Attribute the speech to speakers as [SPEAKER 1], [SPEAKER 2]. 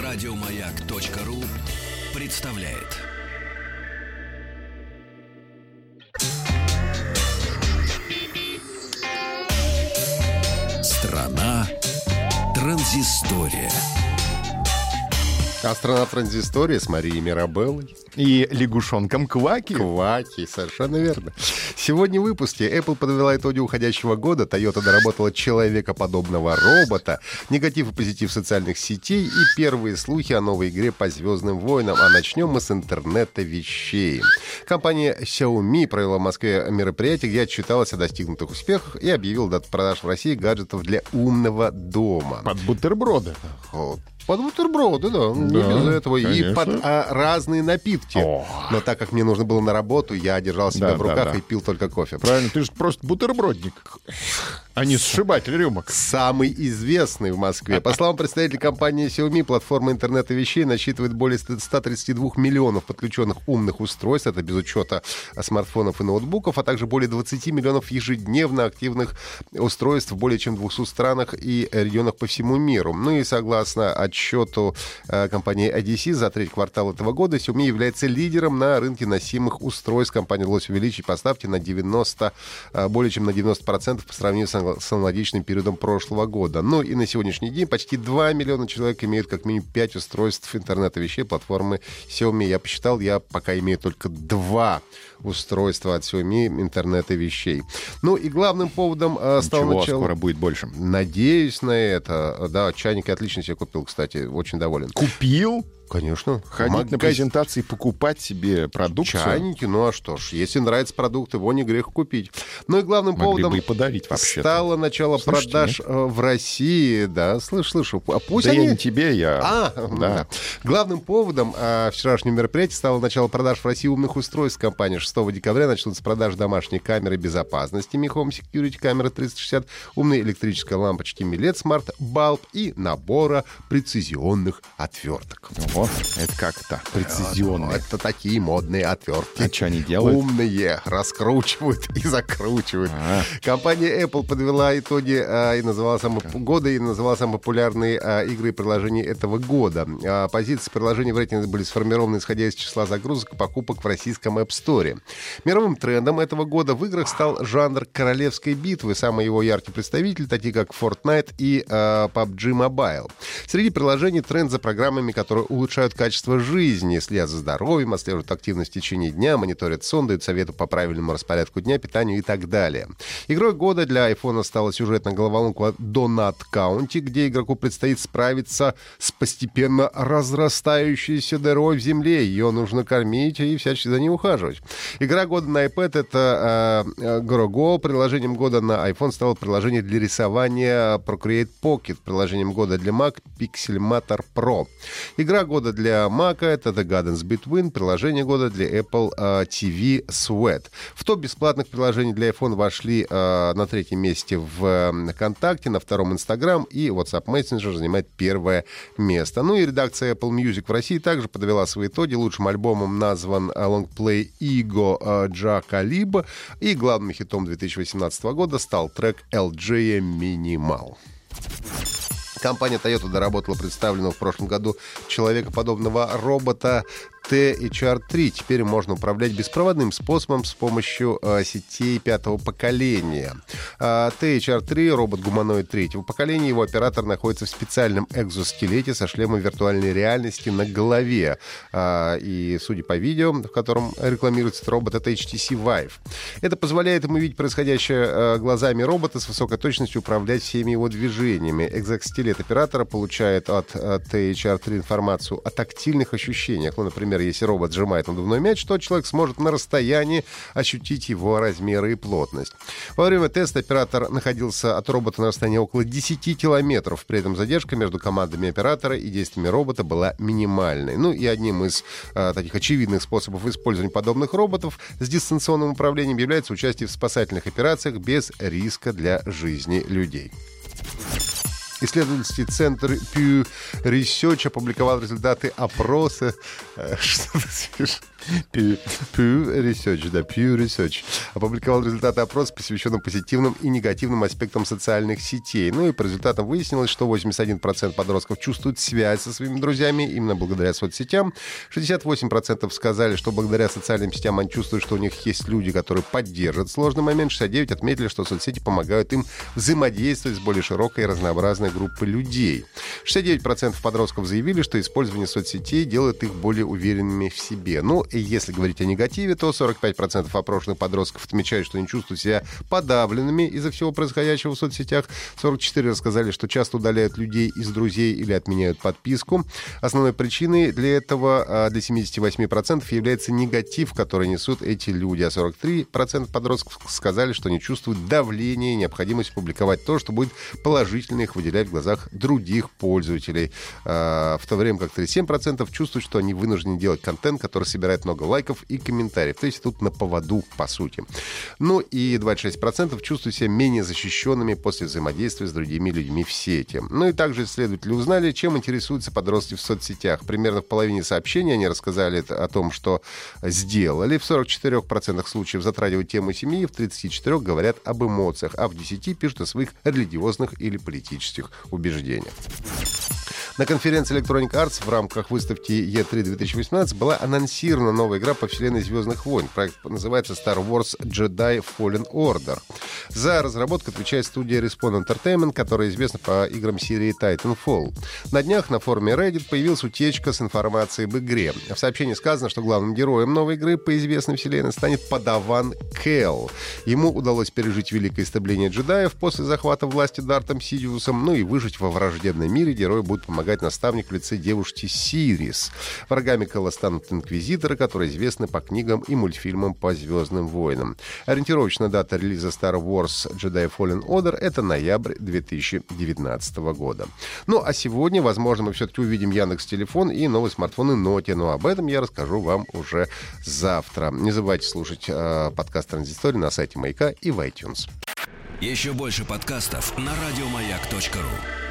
[SPEAKER 1] Радиомаяк.ру представляет. Страна транзистория.
[SPEAKER 2] А страна транзистория с Марией Мирабеллой.
[SPEAKER 3] И лягушонком Кваки.
[SPEAKER 2] Кваки, совершенно верно. Сегодня в выпуске Apple подвела итоги уходящего года, Toyota доработала человекоподобного робота, негатив и позитив социальных сетей и первые слухи о новой игре по «Звездным войнам». А начнем мы с интернета вещей. Компания Xiaomi провела в Москве мероприятие, где отчиталась о достигнутых успехах и объявила дату продаж в России гаджетов для умного дома.
[SPEAKER 3] Под бутерброды.
[SPEAKER 2] Под бутерброды, да, не без этого.
[SPEAKER 3] Конечно.
[SPEAKER 2] И под разные напитки. Но так как мне нужно было на работу, я держал себя в руках и пил только кофе.
[SPEAKER 3] Правильно, ты же просто бутербродник, а не сшибатель рюмок.
[SPEAKER 2] Самый известный в Москве. По словам представителя компании Xiaomi, платформа интернета вещей насчитывает более 132 миллионов подключенных умных устройств, это без учета смартфонов и ноутбуков, а также более 20 миллионов ежедневно активных устройств в более чем 200 странах и регионах по всему миру. Ну и согласно отчету компании IDC за третий квартал этого года, Xiaomi является лидером на рынке носимых устройств. Компания удалось увеличить поставки на 90, более чем на 90% по сравнению с аналогичным периодом прошлого года. Ну и на сегодняшний день почти 2 миллиона человек имеют как минимум 5 устройств интернета вещей платформы Xiaomi. Я посчитал, я пока имею только 2 устройства от Xiaomi интернета вещей. Ну и главным поводом стало начало...
[SPEAKER 3] скоро будет больше.
[SPEAKER 2] Надеюсь на это. Да, чайник я отлично себе купил, кстати, очень доволен.
[SPEAKER 3] Купил?
[SPEAKER 2] Конечно.
[SPEAKER 3] Ходить на презентации, покупать себе продукцию.
[SPEAKER 2] Чайники, ну а что ж, если нравятся продукты, его не грех купить. Ну и главным
[SPEAKER 3] Могли
[SPEAKER 2] поводом
[SPEAKER 3] бы и подарить, вообще-то.
[SPEAKER 2] стало начало
[SPEAKER 3] Слышите,
[SPEAKER 2] продаж в России. Да, слышу. А пусть
[SPEAKER 3] да
[SPEAKER 2] они...
[SPEAKER 3] я не тебе, я...
[SPEAKER 2] Да. Главным поводом вчерашнего мероприятия стало начало продаж в России умных устройств. Компания 6 декабря начнутся продажи домашней камеры безопасности Mi Home Security камера 360, умной электрической лампочки Milet Smart Bulb и набора прецизионных отверток.
[SPEAKER 3] Вот, это как-то прецизионные.
[SPEAKER 2] Это такие модные отвертки.
[SPEAKER 3] А что они делают?
[SPEAKER 2] Умные, раскручивают и закручивают. Компания Apple подвела итоги и назвала самые популярные игры и приложения этого года. Позиции приложений в рейтинге были сформированы исходя из числа загрузок и покупок в российском App Store. Мировым трендом этого года в играх стал жанр королевской битвы. Самые его яркие представители, такие как Fortnite и PUBG Mobile. Среди приложений тренд за программами, которые улучшают качество жизни, следят за здоровьем, отслеживают активность в течение дня, мониторят сон, дают советы по правильному распорядку дня, питанию и так далее. Игрой года для iPhone стала сюжетная головоломка Donut County, где игроку предстоит справиться с постепенно разрастающейся дырой в земле. Ее нужно кормить и всячески за ней ухаживать. Игра года на iPad — это Grogo. Приложением года на iPhone стало приложение для рисования Procreate Pocket. Приложением года для Mac — Pixelmator Pro. Игра года для Mac — это The Gardens Between. Приложение года для Apple TV Sweat. В топ бесплатных приложений для iPhone вошли на 3-м месте в ВКонтакте, на 2-м Instagram, и WhatsApp Messenger занимает 1-е место. Ну и редакция Apple Music в России также подвела свои итоги. Лучшим альбомом назван лонгплей Ego Джа Калиб, и главным хитом 2018 года стал трек LJ Minimal. Компания Toyota доработала представленного в прошлом году человекоподобного робота THR-3. Теперь можно управлять беспроводным способом с помощью сетей 5-го поколения. THR-3 — робот-гуманоид 3-го поколения. Его оператор находится в специальном экзоскелете со шлемом виртуальной реальности на голове. И, судя по видео, в котором рекламируется этот робот, это HTC Vive. Это позволяет ему видеть происходящее глазами робота, с высокой точностью управлять всеми его движениями. Экзоскелет оператора получает от THR-3 информацию о тактильных ощущениях. Ну, например, если робот сжимает надувной мяч, то человек сможет на расстоянии ощутить его размеры и плотность. Во время теста оператор находился от робота на расстоянии около 10 километров. При этом задержка между командами оператора и действиями робота была минимальной. Ну и одним из таких очевидных способов использования подобных роботов с дистанционным управлением является участие в спасательных операциях без риска для жизни людей. Исследовательский центр Pew Research опубликовал результаты опроса... Что ты смеешь? Pew Research, да, Pew Research опубликовал результаты опроса, посвященных позитивным и негативным аспектам социальных сетей. Ну и по результатам выяснилось, что 81% подростков чувствуют связь со своими друзьями именно благодаря соцсетям. 68% сказали, что благодаря социальным сетям они чувствуют, что у них есть люди, которые поддержат сложный момент. 69% отметили, что соцсети помогают им взаимодействовать с более широкой и разнообразной группой людей. 69% подростков заявили, что использование соцсетей делает их более уверенными в себе. Ну, и если говорить о негативе, то 45% опрошенных подростков отмечают, что они чувствуют себя подавленными из-за всего происходящего в соцсетях. 44% рассказали, что часто удаляют людей из друзей или отменяют подписку. Основной причиной для этого для 78% является негатив, который несут эти люди. А 43% подростков сказали, что они чувствуют давление и необходимость публиковать то, что будет положительно их выделять в глазах других пользователей. В то время как 37% чувствуют, что они вынуждены делать контент, который собирает много лайков и комментариев. То есть тут на поводу, по сути. Ну и 26% чувствуют себя менее защищенными после взаимодействия с другими людьми в сети. Ну и также исследователи узнали, чем интересуются подростки в соцсетях. Примерно в половине сообщений они рассказали о том, что сделали. В 44% случаев затрагивают тему семьи, в 34% говорят об эмоциях, а в 10% пишут о своих религиозных или политических убеждениях. На конференции Electronic Arts в рамках выставки E3 2018 была анонсирована новая игра по вселенной «Звездных войн». Проект называется Star Wars Jedi Fallen Order. За разработку отвечает студия Respawn Entertainment, которая известна по играм серии Titanfall. На днях на форуме Reddit появилась утечка с информацией об игре. В сообщении сказано, что главным героем новой игры по известной вселенной станет подаван Кэл. Ему удалось пережить великое истребление джедаев после захвата власти Дартом Сидиусом, ну и выжить во враждебном мире герою будет помогать наставник в лице девушки Сирис. Врагами Кэла станут инквизиторы, которые известны по книгам и мультфильмам по «Звездным войнам». Ориентировочная дата релиза Star Wars Jedi Fallen Order — это ноябрь 2019 года. Ну, а сегодня, возможно, мы все-таки увидим Яндекс.Телефон и новые смартфоны Nokia, но об этом я расскажу вам уже завтра. Не забывайте слушать подкаст «Транзистория» на сайте Маяка и в iTunes.
[SPEAKER 1] Еще больше подкастов на радиомаяк.ру.